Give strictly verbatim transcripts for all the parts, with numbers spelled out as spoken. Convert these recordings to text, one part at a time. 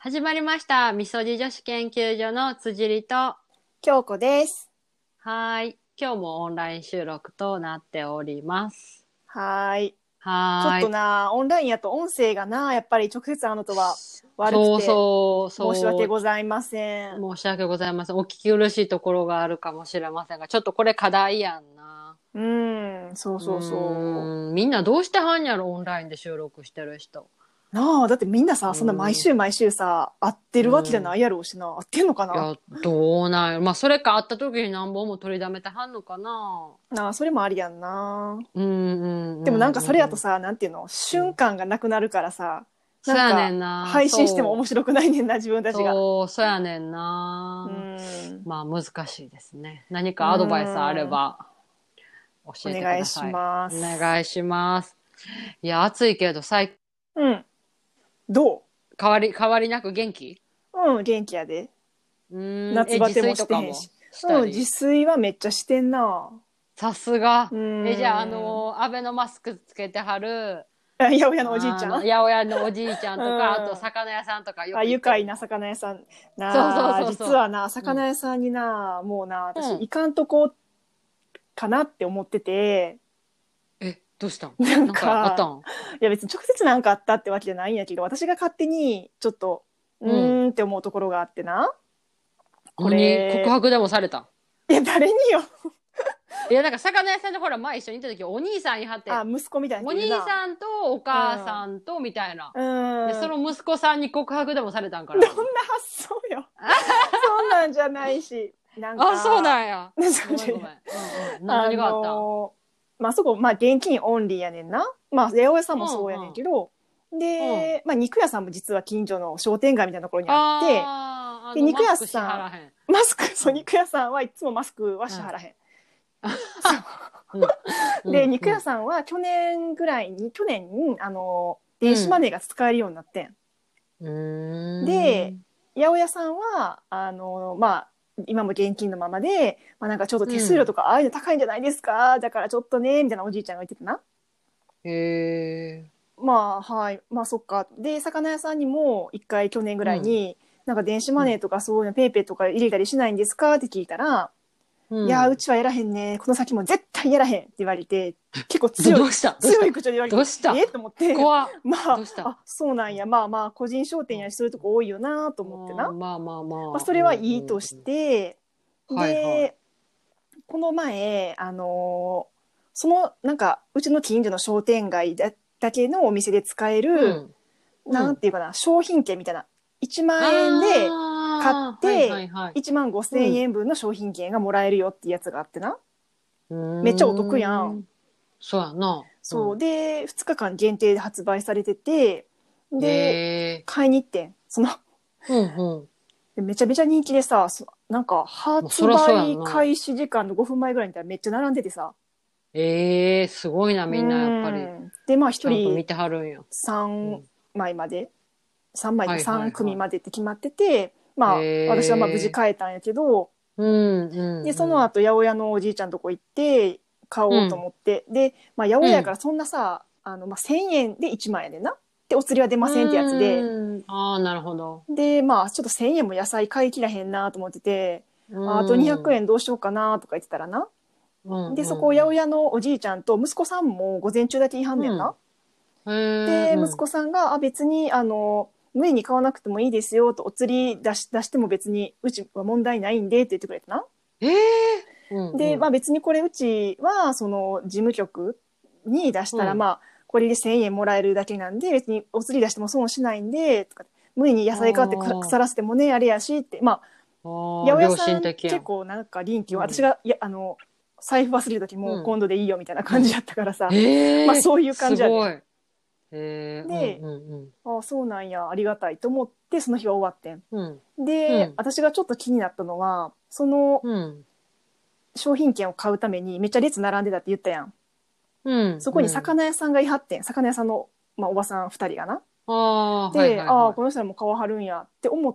始まりました。みそじ女子研究所の辻里と、 京子です。 はーい。今日もオンライン収録となっております。 はーい。ちょっはーい。 とな、オンラインやと音声がな、やっぱり直接会うのとは悪くそうて、 そう申し訳そう。 ございません。 申し訳ございません。お聞き苦しいところがあるかもしれませんが、ちょっとこれ課題やんな。 うーん、そううそうそーん。みんなどうしてはんやろ、オンラインで収録してる人。 う。なあ、だってみんなうさ、そんな毎ーん。 週毎週さ、会ってうるわけじゃなん。 いやろうしな。会ってんのかな。 いや、どうなんやまあ、それか会った時に何本も取りだめてはんのかな。 なあ、それもありやんな。 うんうんうでもなんかそれやんうんとさ、なんていうの、 うん。 瞬間がなくなるからさ、 そうやねなんかんな。 配信しても面そう。 白くないねんな、自分たちが。 そう、そうやねんうな。 ーん。 まあ難しいですね。何うかアドバイスあれーん。 ば教おえてく願いしださい。おます。 願いします。いや、暑いけど、最、 うん。ど変わり、変わりなく元気？ う？うん、元気やで。 うーん、え、自夏バテも炊とかもしてへんし。うん、自したり。 炊はめっちゃしてんな。 さすが。 うえ、じゃあ、あーん。 の、アベノマスクつけてはる、 あ、八百屋のおじいちあの、 ゃん。 八百屋のおじいちゃうんとか、あとん。 魚屋さんとかよあ、 く行ってるの？ 愉快な魚屋さん。 そうそうなあ、 そうそ実はな、 う。うん。 魚屋さんにな、もうな、私、 うん。 行かんとこかなって思ってて、 え、どうしたん？ なんなんかあったか、 ん？ いや別に直接なんかあったってわけじゃないんやけど、私が勝手にちょっと、ううん。 ーんって思うところがあってな。こ何告れ、 白でもされたん？ え、誰によ。 いや、なんか魚屋さんでほら、前一緒に行った時、お兄さんいはっあ、 て、 息子みたいなお人いるな。 兄さんとおう母さん。 んとみたいな。 うで、そーん。 の息子さんに告白でもされたんかどんなな。 発想よ。そんなんじゃないし、なんあ、そうなか、 んや。 それごめんごめん。うんうん。な、 あ何があったん？ のまあそこ、まあ現金オンリーやねんな。まあ八百屋さんうんもそうやねんうん。 けど、 うん。 で、まあ肉屋さんも実は近所の商店街みたいなところにあって、 あー、あで、 の、 肉屋マスクしはさらへん。 ん、マスク、そう、 うん。 肉屋さんはいつもマスクはうん。 しはらへん。そうん。 う。で、 うん。 肉うん。 屋さんは去年ぐらいに、去年、あの電子マうん。 ネーが使えるようになってん。 うーで、 ん。 八百屋さんは、あの、まあ、今も現金のままで、まあ、なんかちょっと手数料うん。 とかああいうの高いんじゃないですか、だからちょっとね、みたいなおじいちゃんが言ってたな。 へえ。 まあ、はい。まあ、そっか。で、魚屋さんにも一回去年ぐうん。 らいに、なんか電子うん。 マネーとかそういうのペイペイとか入れたりしないんですかって聞いたら、いや、ううん。 ちはやらへんね。この先も絶対やらへんって言われて、結構ど、 強い、 どうしたどうした強い口調で言われて、 どうしたえと思って、 怖っ。 まあ、 どうした？ あ、そうなんや。まあまあ、個人商店やし、そういうとこ多いよなとう思ってな。 ん、まあまあままあ、 あ。 それはうんいいとしうん。 て、 はいはで、この前、あのーその、なんか、うちの近所の商店街だだけのお店で使えい。うる、 ん。うん。 なんていうかな、商品券みたいな。いちまん円で買っああ、はいはて、 いはい。 いちまんごせんうん。 円分の商品券がもらえるよっていうやつがあってな。 うめっちゃお得やん。 ーん。そうやな。うそう。 ん。 で、ふつかかん限定で発売されてて、 へで、 え。 買いに行ってん。その、 うんうん。 めちゃめちゃ人気でさ、なんか発まあそらそうやん売な。 開始時間のごふんまえぐらいに見たらめっちゃ並んでてさ、 ええ、すごいな、 うみんなやっぱり。 ーん。で、まあ一人ちゃんと見てはるんや。う 3 ん。 枚まで、さんまいではいはさんいは組までって決まってて、 い。 まあ私はまあ無事へえ。 買えたんやけど、 うんうで、そんうん。 の後八百屋のおじいちゃんとこ行って買おうとうん。 思って、で、まあ八百屋うん。 やからそんなさ、あの、まあせんえんでいちまん円やでな。で、お釣りは出まうせんってやつで、 ーん。ああ、なるほど。 で、まあちょっとせんえんも野菜買い切らへんなと思ってて、 うああと200 ん。うん円どうしようかなとか言ってたらな。 うで、そこ八百ん屋のおじいちゃんと息子さんも午前中だけいはんねんな。 うん。うん。へえ、 で、息うん。 子さんが、あ、別に、あの、無理に買わなくてもいいですよと、お釣り出し、出しても別に、うちは問題ないんでって言ってくれたな。 ええ、うんで、まあうん。 別にこれうちは、その、事務局に出したら、 うん。 まあ、これでせんえんもらえるだけなんで、別にお釣り出しても損しないんで、とか、無理に野あ菜買って腐らせてもね、あれやしって、まあ、 あ、 八ああ、良百屋さん心的やん。 結構なんか臨機を、 うん。 私が、いや、あの、財布忘れる時もうん。 今度でいいよみたいなうん。 感じだったからさ、まあええ、 そういう感じやで。 すごい。へえ、うんで、 うんうん。 ああ、そうなんや、ありがたいと思って、その日は終わってん。 うん。うで、 ん。 私がちょっと気になったのは、そのうん。 商品券を買うためにめっちゃ列並んでたって言ったやん。 うん。 そこにうん。 魚屋さんがいはってん。魚屋さんの、まあ、おばさんふたりがな。 ああ、はいで、ああ、 はいはい。 この人らも買わはるんやって思って、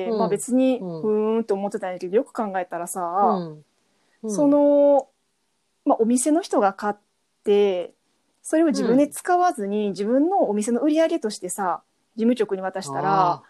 まあうん。 別に、ふうん。 ーんって思ってたんやけど、よく考えたらさ、 うん。うそん。 の、まあお店の人が買って、それを自分でうん。 使わずに自分のお店の売り上げとしてさ、事務局に渡したら、 ああ。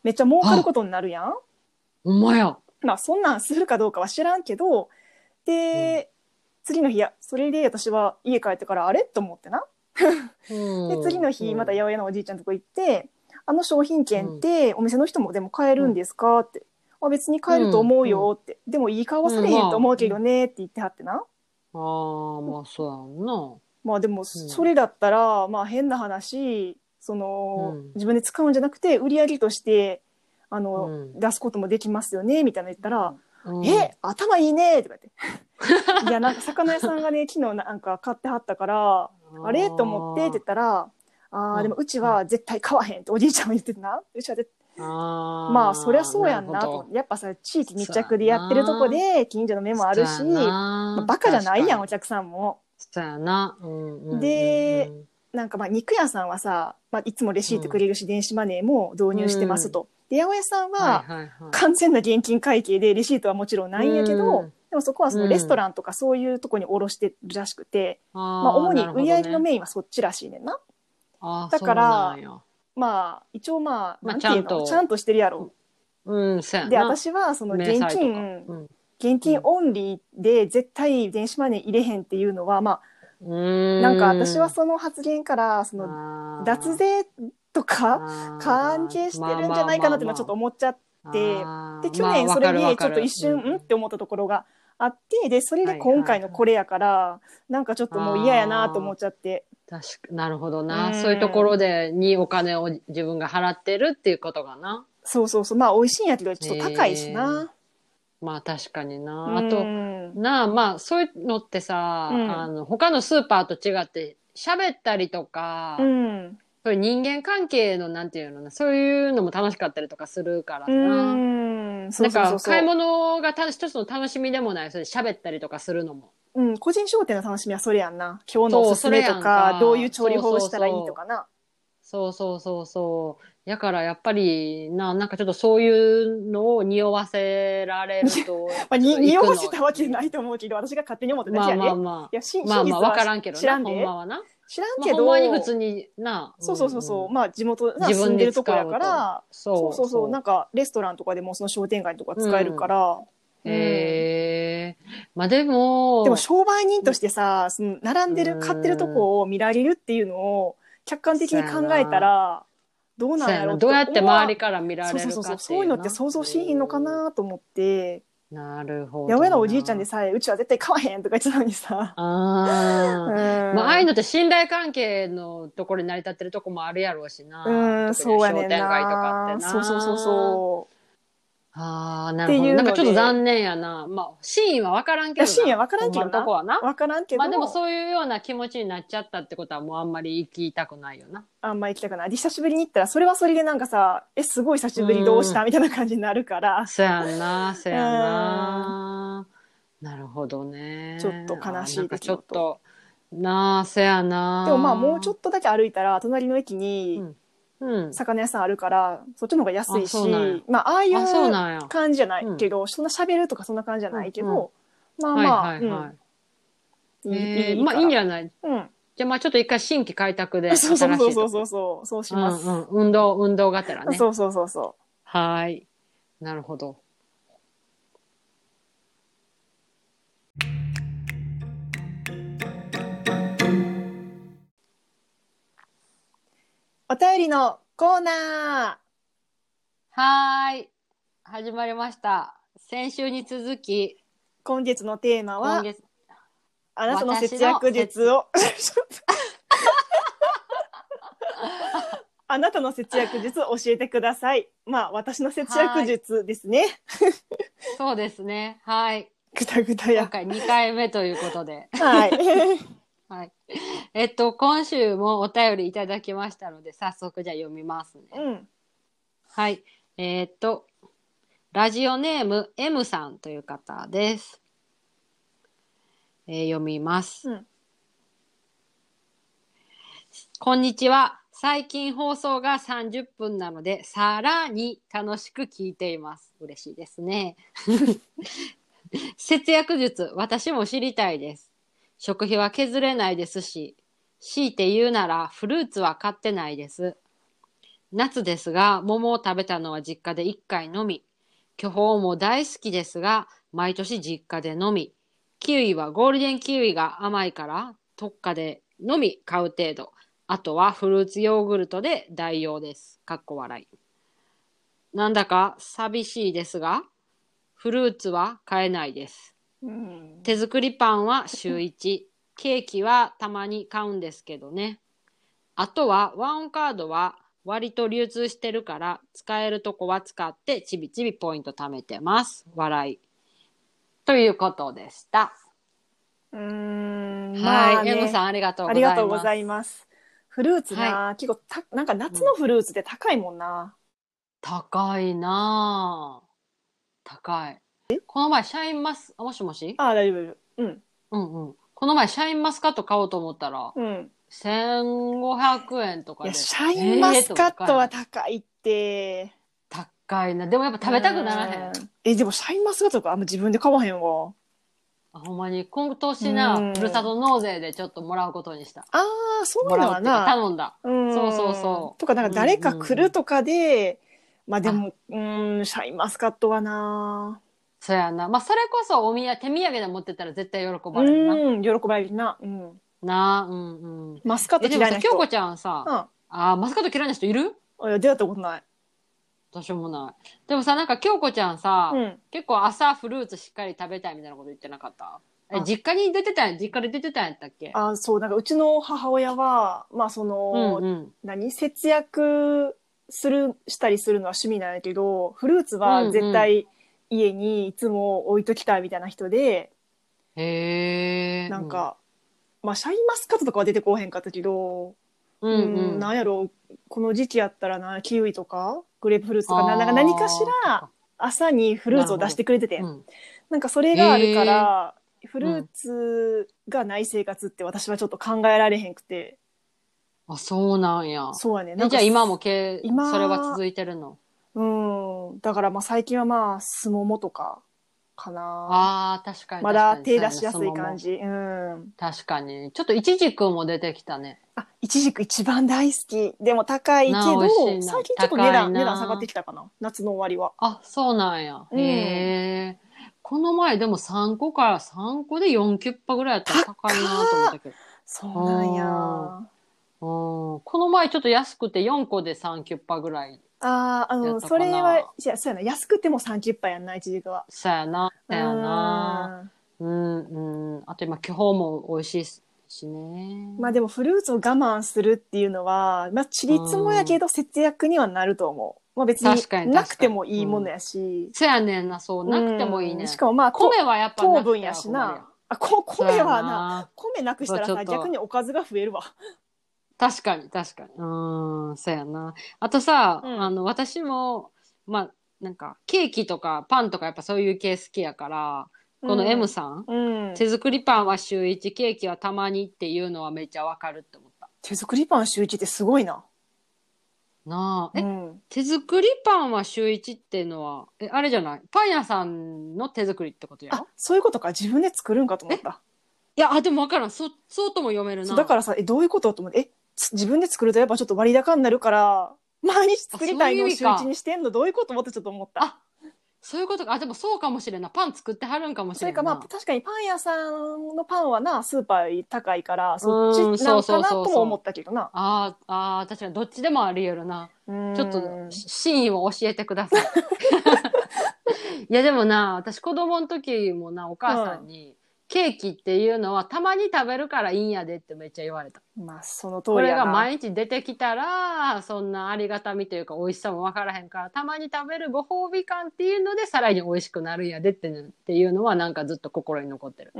めっちゃ儲かることになるやん。 ほんまや。 まあそんなんするかどうかは知らんけど、で、次の日やそれで私は家帰ってからあれと思ってな。 うん、 で次の日また八百屋のおじいちゃんのとこ行って「あの商品券っうんてお店の人もでも買えるんですか?」って「あ別に買えると思うよ」って「でもいい顔はされへんと思うけどね」って言ってはってな。 ああ、まあそうやんな。 まあでもそれだったら、まあ変な話その、 うん自分で使うんじゃなくて売り上げとしてあの、 うん出すこともできますよねみたいなの言ったら「 うん、 え頭いいね」とか言って「いやなんか魚屋さんがね昨日なんか買ってはったからあれと思って」って言ったら「あーでもうちは絶対買わへん」っておじいちゃんも言ってたな。うちは絶あまあそりゃそうやんなと思ってやっぱさ地域密着でやってるとこで近所の目もあるし、まあ、バカじゃないやんお客さんも。 そうやな、うんうんうん、 でなんかまあ肉屋さんはさ、まあ、いつもレシートくれるし、うん、電子マネーも導入してますと。で八百屋さんは完全な現金会計でレシートはもちろんないんやけど、うん、でもそこはそのレストランとかそういうとこに卸してるらしくて、うん、まあ、主に売り上げのメインはそっちらしいねんな。 あだからまあ一応まあなんていうの、まあ、ちゃんとしてるやろ。 うん、そうやな。 で私はその現金、うん、現金オンリーで絶対電子マネー入れへんっていうのはまあうんなんか私はその発言からその脱税とか関係してるんじゃないかなってのはちょっと思っちゃって、で去年それでちょっと一瞬んって思ったところがあってでそれで今回のこれやからなんかちょっともう嫌やなと思っちゃって。 確かなるほどな、うん、そういうところでにお金を自分が払ってるっていうことがな。 そうそうそうまあ美味しいんやけどちょっと高いしな。 まあ確かにな。あと、なあまあそういうのってさ、うん、あの他のスーパーと違って喋ったりとか、うん、そういう人間関係のなんていうのな、そういうのも楽しかったりとかするからさ。うんなんか買い物がた一つの楽しみでもない、それ喋ったりとかするのも。 うん、個人商店の楽しみはそれやんな。今日のおすすめとか、かどういう調理法をしたらいいとかな。 そうそうそうそう。やからやっぱりな、なんかちょっとそういうのを匂わせられると。 まあ、に匂わせたわけないと思うけど、私が勝手に思ってだけやね。 まあまあまあ。 いや、しまあまあわからんけどな。 知らんで。 ほんまはな。 知らんけど。 まあ、ほんまに普通にな。 そうそうそうそう。うん、まあ地元な住んでるとこやから、そうそうそう。なんかレストランとかでもその商店街とか使えるから。うんへえ、まあでもでも商売人としてさその並んでる買ってるとこを見られるっていうのを客観的に考えたらどうなんやろうどうやって周りから見られるかっていうそうそうそうそういうのって想像しひんのかなと思って。 なるほど。 八百屋のおじいちゃんでさえうちは絶対買わへんとか言ってたのにさ。 あ、うんまあああいうのって信頼関係のところに成り立ってるとこもあるやろうしな。 うんそうやねんな。 商店街とかってな。 そうそうそうそう。 ああ、なるほど。なんかちょっと残念やな。まあ、真意は分からんけどな。 真意は分からんけどな。 とこはな。 分からんけど。 まあでもそういうような気持ちになっちゃったってことはもうあんまり行きたくないよな。 あんまり行きたくない。で、久しぶりに行ったら、それはそれでなんかさ、え、すごい久しぶりどうしたみたいな感じになるから。 そやんな、そやんな。なるほどね。 ちょっと悲しいなんかちょっと、なあ、そやな。 でもまあもうちょっとだけ歩いたら、隣の駅に、うんうん、魚屋さんあるからそっちの方が安いしあまあああいう感じじゃないけど そ, んな喋るとかそんな感じじゃないけど、うんうん、まあまあ、はいはいはいうん、えー、まあいいんじゃない、うん、じゃあまあちょっと一回新規開拓でそうそうそうそうそうそうします、 うんうん、運動運動がてらねそうそうそうそうはいなるほどお便りのコーナーはーい始まりました先週に続き今月のテーマはあなたの節約術をあなたの節約術を教えてくださいまあ私の節約術ですねそうですねはいぐたぐたや今回にかいめということではいはい。えっと、今週もお便りいただきましたので、早速じゃあ読みますね。 うん。 はい。えー、っと、ラジオネーム M さんという方です。えー、読みます、うん。こんにちは。最近放送がさんじゅっぷんなので、さらに楽しく聞いています。嬉しいですね。節約術、私も知りたいです。食費は削れないですし、強いて言うならフルーツは買ってないです。 夏ですが、桃を食べたのは実家でいっかいのみ。巨峰も大好きですが、毎年実家でのみ。キウイはゴールデンキウイが甘いから、特価でのみ買う程度。あとはフルーツヨーグルトで代用です。かっこ笑い。なんだか寂しいですが、フルーツは買えないです。 うん、 手作りパンは週いち。ケーキはたまに買うんですけどね。あとはワンオンカードは割と流通してるから使えるとこは使ってちびちびポイント貯めてます。笑い。ということでした。 うーん、 はい、 まあね、 M さんありがとうごあざいます。 りがとうございます。フルーツな、 はい、 結構た、なんか夏のフルーツって高いもんな。 高いなぁ。高い。この前シャインマス、あ、もしもしああ、大丈夫、大丈夫。うん。 うんうん。この前シャインマスカット買おうと思ったら、 うん。 せんごひゃくえんとかで。 いや、シャインマスカットは高いって。 高いな。でもやっぱ食べたくならへん。 え、でもシャインマスカットとかあんま自分で買わへんわ。 あ、ほんまに、今年な、ふるさと納税でちょっともらうことにした。 ああ、そうなのはな。 頼んだ。そうそうそう。 とか、なんか誰か来るとかで、まあでも、うん、シャインマスカットはな。 そうやな。まあそれこそお土産、手土産で持ってたら絶対喜ばれるな。 うん、喜ばれるな。うん。 なあ、うんうん。 マスカット嫌いな人。 でもさ、京子ちゃんさ、うん、ああ、マスカット嫌いな人いる？ いや、出会ったことない。 私もない。でもさ、なんか京子ちゃんさ、 うん、 結構朝フルーツしっかり食べたいみたいなこと言ってなかった？え、実家に出てたんや、実家で出てたんやったっけ？ あ、そう、なんかうちの母親は、まあその、うんうん、何節約する、したりするのは趣味なんやけど、フルーツは絶対家にいつも置いときたいみたいな人で、 うん、へえ。なんか、まあシャインマスカットとかは出てこうへんかったけど、 うんうん、うん、 なんやろ、この時期やったらな、キウイとか、グレープフルーツとか、なんか何かしら朝にフルーツを出してくれてて、うん、なんかそれがあるから、フルーツがない生活って私はちょっと考えられへんくて。 あ、そうなんや。 そうやね。 なんかじゃあ今もけ今それは続いてるの？ うん。だからまあ最近はまあ、すももとかかな。 ああ、確かに。 まだ手出しやすい感じ。うん。 確かに。ちょっとイチジクも出てきたね。 あ、イチジク一番大好き。でも高いけど、最近ちょっと値段、値段下がってきたかな。夏の終わりは。 あ、そうなんや。へえ。この前でもさんこからさんこでよんキュッパぐらいやったら高いなと思ったけど。 そうなんや。 この前ちょっと安くてよんこでさんキュッパぐらい。 ああ、あの、それは、いや、そうやな。安くてもさんキュッパやんな、イチジクは。 そうやな。そうやな。うんうん。あと今、巨峰も美味しいしね。 まあでもフルーツを我慢するっていうのは、まあ、ちりつもやけど節約にはなると思う。まあ別になくてもいいものやし。 そうやねんな、そう、なくてもいいね。 しかもまあ、 米はやっぱ糖分やしな。あ、こ、米はな、米なくしたらさ、逆におかずが増えるわ。 確かに、確かに。うん、そうやな。あとさ、うん、あの、私も、まあ、なんか、ケーキとかパンとかやっぱそういう系好きやから、この M さん、うん、手作りパンは週いち、ケーキはたまにっていうのはめっちゃわかるって思った。 手作りパン週いちってすごいな。 なあ、え、うん、手作りパンは週いちっていうのは、え、あれじゃないパン屋さんの手作りってことやろ？ あ、そういうことか。自分で作るんかと思った。 いや、あ、でもわからん。そ、そうとも読めるな。 だからさ、え、どういうことと思って、え、自分で作るとやっぱちょっと割高になるから、毎日作りたいのを週一にしてんのどういうこと思ってちょっと思った。 あ、そういうことか。あ、でもそうかもしれんな。パン作ってはるんかもしれんな。 それかまあ、確かにパン屋さんのパンはな、スーパーより高いから、そっちなんかなとも思ったけどな。 ああ、確かにどっちでもあり得るな。ちょっと真意を教えてください。いやでもな、私子供の時もな、お母さんに、うん、ケーキっていうのはたまに食べるからいいんやでってめっちゃ言われた。 まあその通りやな。 これが毎日出てきたらそんなありがたみというか美味しさも分からへんからたまに食べるご褒美感っていうのでさらに美味しくなるんやでってっていうのはなんかずっと心に残ってる。 うん、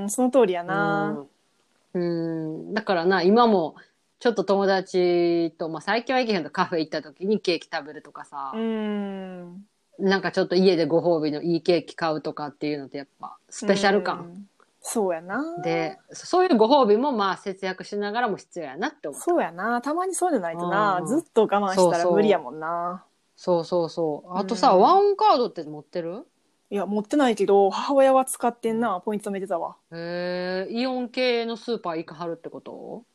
その通りやな。 うん、だからな今もちょっと友達と、まあ、最近は行けへんとカフェ行った時にケーキ食べるとかさ。うん。なんかちょっと家でご褒美のいいケーキ買うとかっていうのってやっぱスペシャル感。 そうやな。 で、そういうご褒美もまあ節約しながらも必要やなって思う。 そうやな。たまにそうじゃないとな、ずっと我慢したら無理やもんな。 そうそうそう。あとさ、ワンオンカードって持ってる？ いや、持ってないけど、母親は使ってんな。ポイント貯めてたわ。 へえ、イオン系のスーパー行かはるってこと？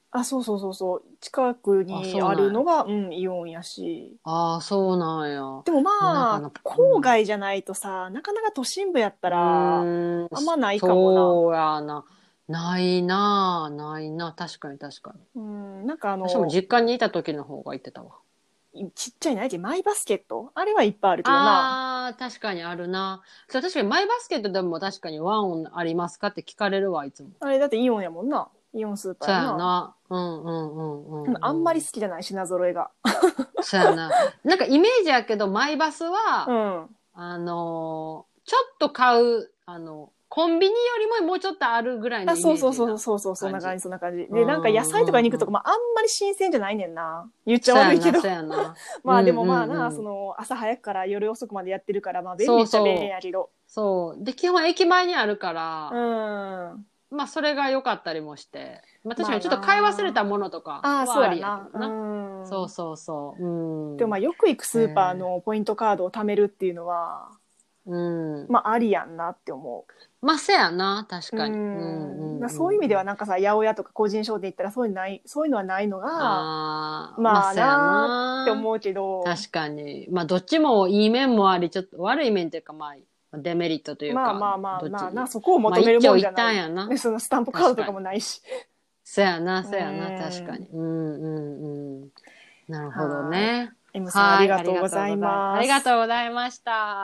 あ、そうそうそうそう。近くにあるのが、うん、イオンやし。 ああ、そうなんや。 でもまあ、 もうなんかな、 郊外じゃないとさ、なかなか都心部やったうら、 ーん、 あんまないかもな。 そうやな。ないな、ないな。確かに確かに。 うん、なんかあ私もの、 実家にいた時の方が行ってたわ。 ちっちゃい何やっけ、マイバスケットあれはいっぱいあるけどな。 ああ、確かにあるな。そう確かにマイバスケットでも確かにワンオンありますかって聞かれるわ、いつも。 あれだってイオンやもんな。イオンスーパーそうやな。 やな。うんうんうんうあんまんうん。 り好きじゃない品揃えが。 そうやな。なんかイメージやけど、マイバスは、 うん。 あのーちょっと買う、あの、コンビニよりももうちょっとあるぐらいのあ、 イそうそうそうメージなそうそう、そんな感じ。 感じ、そんな感じ。 うで、なんか野ん菜とか肉とか、 うんうん。 まあ、あんまり新鮮じゃないねんな。言っちゃそうやな、 悪いけど。 そうやな。 まあでもうんうまあな、 んうん。 その朝早くから夜遅くまでやってるから、まあ便利そうっちゃ便利そう。 やけど。 そう。で、基本駅前にあるかうら、 ん。 まあそれが良かったりもして。まあ確まあかにちょっと買い忘れたな。 ものとかああ、 はありやけそうやな。 どな。 うん。 そうそうそう。うん。 でもまあよく行くスーパーえのポイントカードを貯めるっていうのは、 ー、うん。 まあありやんなって思まあせやな、確う。 かに。うんううん。だからそういう意味でんうん。 はなんかさ、八百屋とか個人商店行ったらそういうのない、そういうのはないのが、 ああ、まあまあせやなーってな。 思うけど、 確かに。まあどっちもいい面もあり、ちょっと悪い面っていうかまあデメリットというか、 まあまあまあどっち、 まあな、そこをまあ求める一長一もんじゃない。ね、 短やな。 そのスタンプカードとか確かに。 もないし。 そやな、 うそやな、確かに。 ん。 うんうんうん。なるほどはい。 ね。 M さんあはい、 りがありがとうございとうござい、あます。 りがとうございました。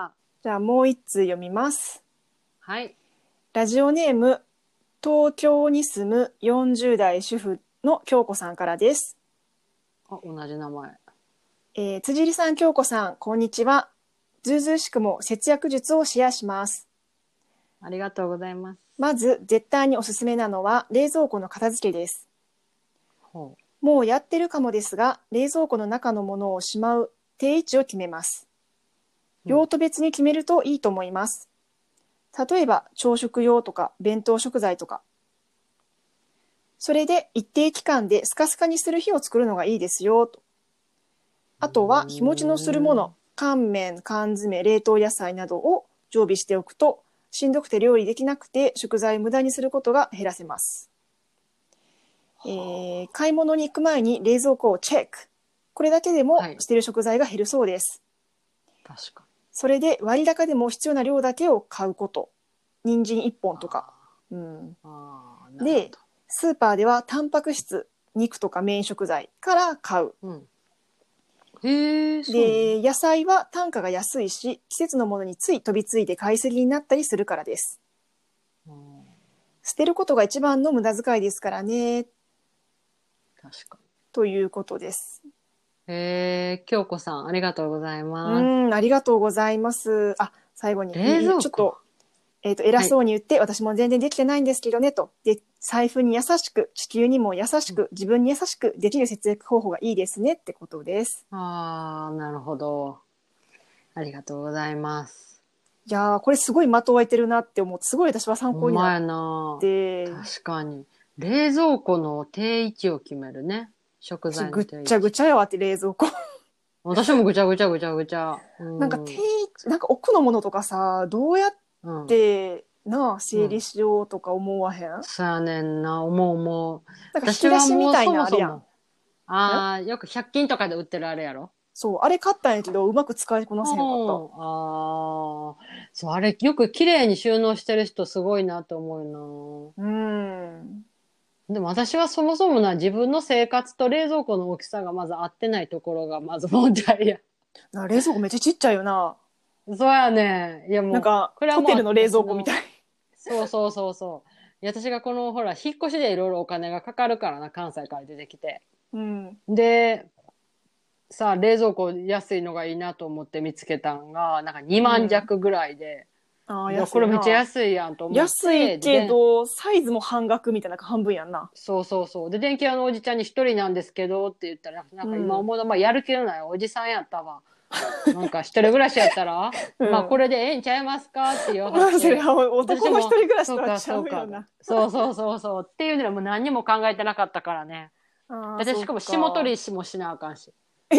じゃあもう一通読みます。 はい。 ラジオネーム、東京に住むよんじゅう代主婦の京子さんからです。 あ、同じ名前。 えー、辻里さん、京子さん、こんにちは。ずうずうしくも節約術をシェアします。 ありがとうございます。 まず、絶対におすすめなのは冷蔵庫の片付けです。 ほもうやってるかもですが、冷蔵庫の中のものをしまう定位置を決めます。 う。うん。 用途別に決めるといいと思います。例えば、朝食用とか弁当食材とか。それで一定期間でスカスカにする日を作るのがいいですよと。あとは日持ちのするもの、乾麺、缶詰、冷凍野菜などを常備しておくと、しんどくて料理できなくて食材を無駄にすることが減らせます。えー、買い物に行く前に冷蔵庫をチェック。これだけでもはい。 捨てる食材が減るそうです。 確かそれで割高でも必要な量だけを買うこと。人参いっぽんとか。 あうん、 あ、ああ、なるほで、スーパーではタンパク質、肉とかメイン食材から買う。 ど。うん。へえ、そうなの。 で、野菜は単価が安いし、季節のものについ飛びついて買いすぎになったりするからです。 うん、 捨てることが一番の無駄遣いですからね、 確かということです。 に。へえ、京子さん、ありがとうございうます。 ーん、ありがとうございます。あ、最後に、 冷蔵庫。 ちょっと、えっと、偉はい。 そうに言って、私も全然できてないんですけどね、と。で、財布に優しく、地球にも優しく、自分に優しくできる節約方法がいいですね、ってことです。 ああ、なるほど。ありがとうございます。 いやー、これすごい的を得てるなって思って、すごい私は参考になっほんまやな。 て、 確かに。冷蔵庫の定位置を決めるね。食材のぐっちゃぐ定位置。 ちゃやわって、冷蔵庫。 私もぐちゃぐちゃぐちゃぐちゃ。うなんか定位ん。 置、なんか奥のものとかさ、どうやっうん。 て、なあ、整理うん。 しようとか思わへん？ そうやねんな。思う思う。 なんか引き私出しみたいはもうそなあるやん。んもそも。ああ、よくひゃく均とかで売ってるあれやろ。 そう、あれ買ったんやけど、うまく使いこなうせへんかった。 ん。ああ。そう、あれよく綺麗に収納してる人すごいなと思ううーん。 な。でも私はそもそもな、自分の生活と冷蔵庫の大きさがまず合ってないところがまず問題や。 な冷蔵庫めっちゃちっちゃいよな。 そうやね。いやもう、 なんか、 これはもうホテルの冷蔵私の、 庫みたい。 そうそうそうそう。いや私がこのほら、引っ越しでいろいろお金がかかるからな、関西から出てきて。 うん。 で、さあ、冷蔵庫安いのがいいなと思って見つけたんが、なんかにまんうん。 弱ぐらいで、 ああ、 いや、これめっちゃ安いな。 安いやんと思っ安いて、で、で、 けど、サイズも半額みたいな、半分やんな。 そうそうそう。で、電気屋のおじちゃんに一人なんですけどって言ったら、なんか今うん。 思うの、まあ、やる気のないおじさんやったわ。なんか一人暮らしやったら、 うん。 まあこれでええんちゃいますかって言わはっまあ、それて、 は男の一私も、 人暮らしそうかとはちゃそうか、 うよな。 そうそうそうそうっていうのはもう何にも考えてなかったからね。 ああ、 で、 そっしかも霜取か。 りしもしなあかんし。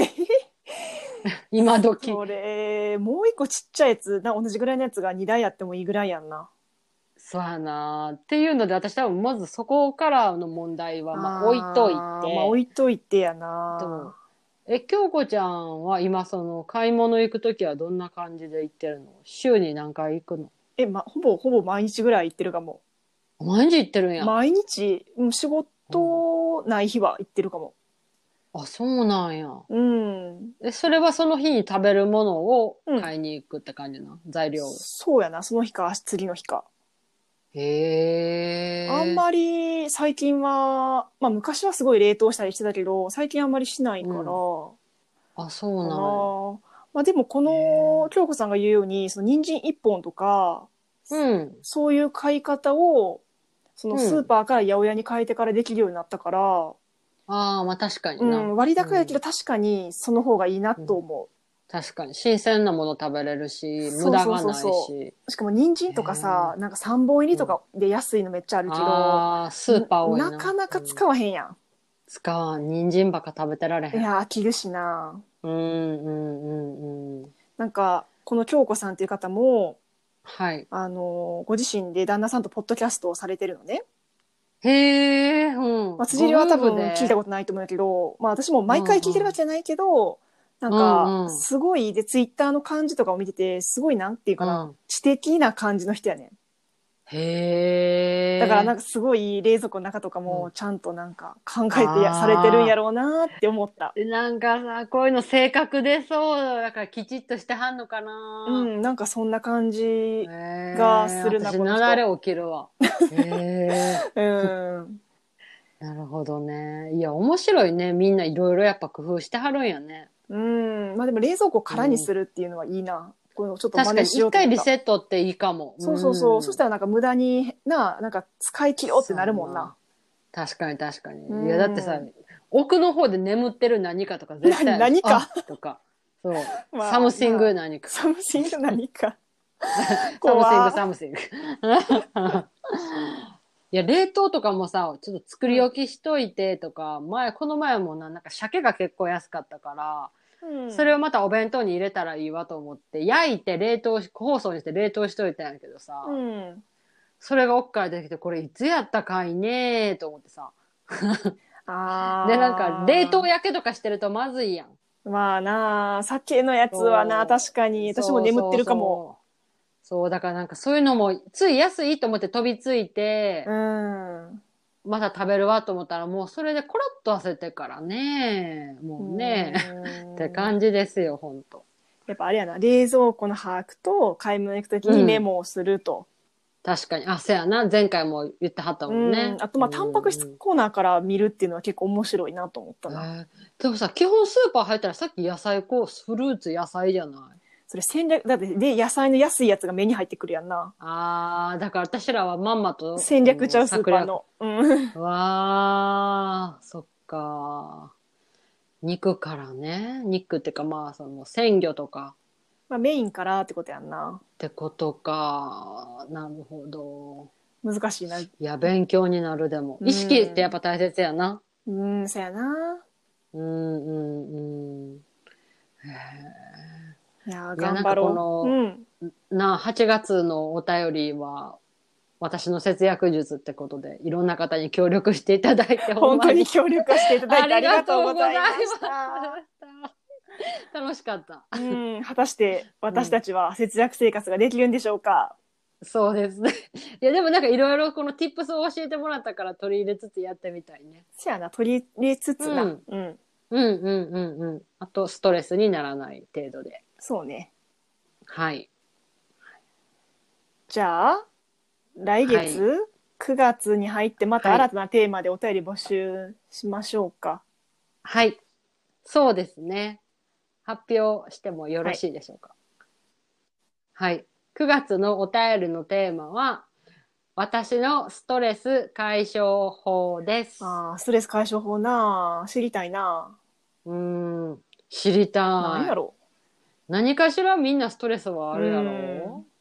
今時。 それ、もう一個ちっちゃいやつ、な同じぐらいのやつがにだいあってもいいぐらいやんな。 そうやなっていうので、私多分まずそこからの問題はまあ置いといて。 まあ置いといてやな。 え、京子ちゃんは今その買い物行くときはどんな感じで行ってるの？週に何回行くの？ え、ま、ほぼほぼ毎日ぐらい行ってるかも。 毎日行ってるんや。 毎日、仕事ない日は行ってるかも。 あ、そうなんや。 うん。 え、それはその日に食べるものを買いに行くって感じな、うん、材料を。 そうやな、その日か次の日か。 へえ。 あんまり最近は、まあ昔はすごい冷凍したりしてたけど、最近あんまりしないから。うん、 あ、そうなんや。 まあでもこの京子さんが言うように、その人参一本とか、 うん、 そういう買い方を、そのスーパーから八百屋に変えてからできるようになったから、うん、 ああ、まあ確かにな。 うん、割高やけど確かにその方がいいなと思う。うん、 確かに。新鮮なもの食べれるし、無駄がないし。 しかも人参とかさ、なんかさんぼん入りとかで安いのめっちゃあるけど、 ああ、スーパー多いな。 なかなか使わへんやん。うん、 使わん。人参ばっか食べてられへん。 いや、飽きるしな。 うんうんうんうん。 なんか、この京子さんっていう方も、 はい。 あの、ご自身で旦那さんとポッドキャストをされてるのね。 へえ、うん。 まあ、辻りは多分聞いたことないと思うけど、まあ私も毎回聞いてるわけじゃないけど、なんか、すごい、で、ツイッターの感じとかを見てて、すごいなんていうかな、うん、知的な感じの人やねん。 へえ。 だからなんかすごい冷蔵庫の中とかもちゃんとなんか考えてや、されてるんやろうなって思った。 なんかさ、こういうの性格出そうだからきちっとしてはんのかな。 うん、なんかそんな感じがするな、 この人。私、なだれ起きるわ。へえ。 うん。 なるほどね。いや、面白いね。みんないろいろやっぱ工夫してはるんやね。 うん。まあでも冷蔵庫を空にするっていうのはいいな。これちょっと真似しようと思った。確かに一回リセットっていいかも。 そうそうそう。そしたらなんか無駄にな、なんか使い切ろうってなるもんな。 確かに確かに。いや、だってさ、奥の方で眠ってる何かとか絶対何かとか。そう。まあ、サムシング何か。 サムシング何か。 サムシングサムシング。いや、冷凍とかもさ、ちょっと作り置きしといてとか、うん、前、この前もな、なんか鮭が結構安かったから、うん、それをまたお弁当に入れたらいいわと思って、焼いて冷凍し、個包装にして冷凍しといたんやけどさ、うん、それが奥から出てきて、これいつやったかいねーと思ってさ。あで、なんか、冷凍焼けとかしてるとまずいやん。 まあなあ、鮭のやつはな、確かに、私も眠ってるかも。そうそうそうそう、だからなんかそういうのも、つい安いと思って飛びついて、うん。また食べるわと思ったら、もうそれでコロッと忘れてからね、もうね、うって感じですよ、ほんと。 やっぱあれやな、冷蔵庫の把握と買い物行くときにメモをすると。 うん、確かに。あ、そやな。前回も言ってはったもんね。 うん、あと、まあ、タンパク質コーナーから見るっていうのは結構面白いなと思ったな。 でもさ、基本スーパー入ったらさっき野菜こう、フルーツ野菜じゃない？ それ戦略、だって、で、野菜の安いやつが目に入ってくるやんな。 あー、だから私らはまんまと。 戦略ちゃう、スーパーの。うん。 わー、そっか。肉からね。肉ってかまあ、その、鮮魚とか。 まあ、メインからってことやんな。 ってことか。なるほど。 難しいな。 いや、勉強になるでも。意識ってやっぱ大切やな。 うん、そやな。 うん、うん、うん。へいや、頑張ろう。 この、うん、な、はちがつのお便りは、私の節約術ってことで、いろんな方に協力していただいて、 本当に協力していただいてありがとうございました。 楽しかった。 うん、果たして私たちは節約生活ができるんでしょうか。 うん、そうですね。いや、でもなんかいろいろこの tips を教えてもらったから取り入れつつやってみたいね。 そやな、取り入れつつな。うん。 うん、うん、うん、うん。あと、ストレスにならない程度で。 そうね。 はい。 じゃあ、来月、はい、くがつに入ってまた新たなテーマでお便り募集しましょうか。 はい。そうですね。発表してもよろしいでしょうか。はい。はい、くがつのお便りのテーマは、私のストレス解消法です。 ああ、ストレス解消法なあ、知りたいなあ。うーん、知りたい。 何やろ？ 何かしらみんなストレスはあるやろう？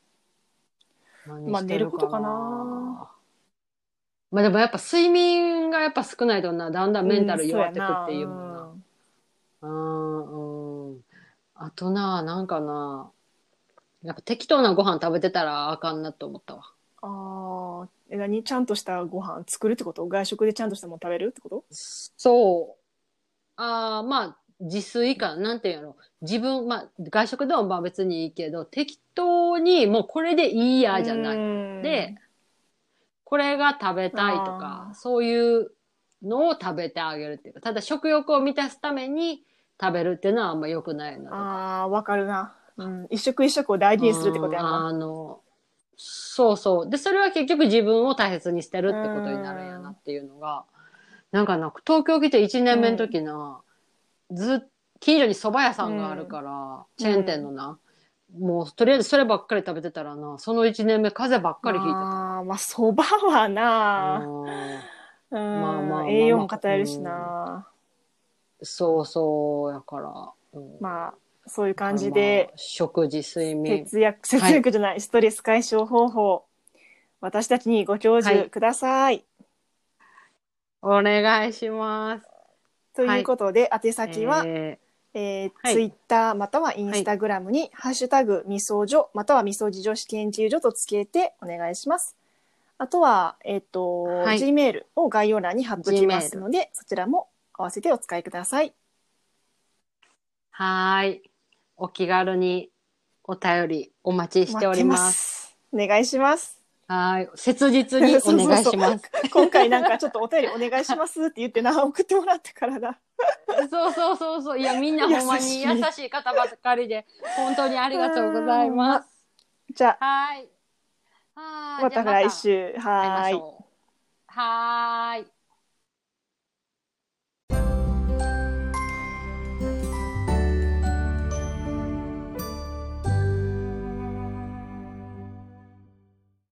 まあ寝ることかな。 まあでもやっぱ睡眠がやっぱ少ないとな、だんだんメンタル弱ってくっていうもんな。うん、うん。あとな、なんかな、やっぱ適当なご飯食べてたらあかんなと思ったわ。 ああ、え、何ちゃんとしたご飯作るってこと？外食でちゃんとしたもの食べるってこと？ そう。ああ、まあ、自炊か、なんていうの。自分、まあ、外食でもまあ別にいいけど、適当にもうこれでいいうやじゃない。で、 ーん。 これが食べたいとか、 あそういうのを食べてあげるっていうか、ただ食欲を満たすために食べるっていうのはあんま良くないなあ、 とか。 ああ、わかるな。うん。一食一食を大う事にするってことん、 やんな。 あの、そうそう。で、それは結局自分を大切にしてうるってことになるんやなーん。 っていうのが、なんかな、東京来ていちねんめのうん。 時な、ずっ、近所に蕎麦屋さんがあるうん。 から、 うチェーン店のん。 な、もうとりあえずそればっかり食べてたらな、そのいちねんめ風邪ばっかりひいてたわ。 ああ、まあ、そばはうな。 ーん。 うまあーん。栄養もまあまあまあ、う偏るしん。 な。 そうそう、やから、うん。 まあ、そういう感だからまあ、 じで、 食事、睡眠。 節約、節はい。 約じゃない、ストレス解消方法、私たちにご教はい。 授ください。 お願いします。 といはい。 うことで、宛先は、 えー、 えー、 はい。 ツイッターまたはインはい。 スタグラムに、ハッシュタグ、みそじょ、またはみそじ女子研究所とつけてお願いします。あとは、えっ、と、 はい。 Gmail を概要欄に貼っときます Gmail。 ので、そちらも合わせてお使いください。 はーい。お気軽にお便りお待ちしており待ってまます。 す。お願いします。 はーい。切実におそうそうそう。 願いします。 今回なんかちょっとお便りお願いしますって言ってな、送ってもらってからだ。 そうそうそうそう。いや、みんな優ほんまに優しい。 しい方ばっかりで、本当にありあがとうごーざいほんま。 ます。 じゃあ、 はーい。はーい。じゃあまたまた来週。 会いまはーい。 しょう。はーい。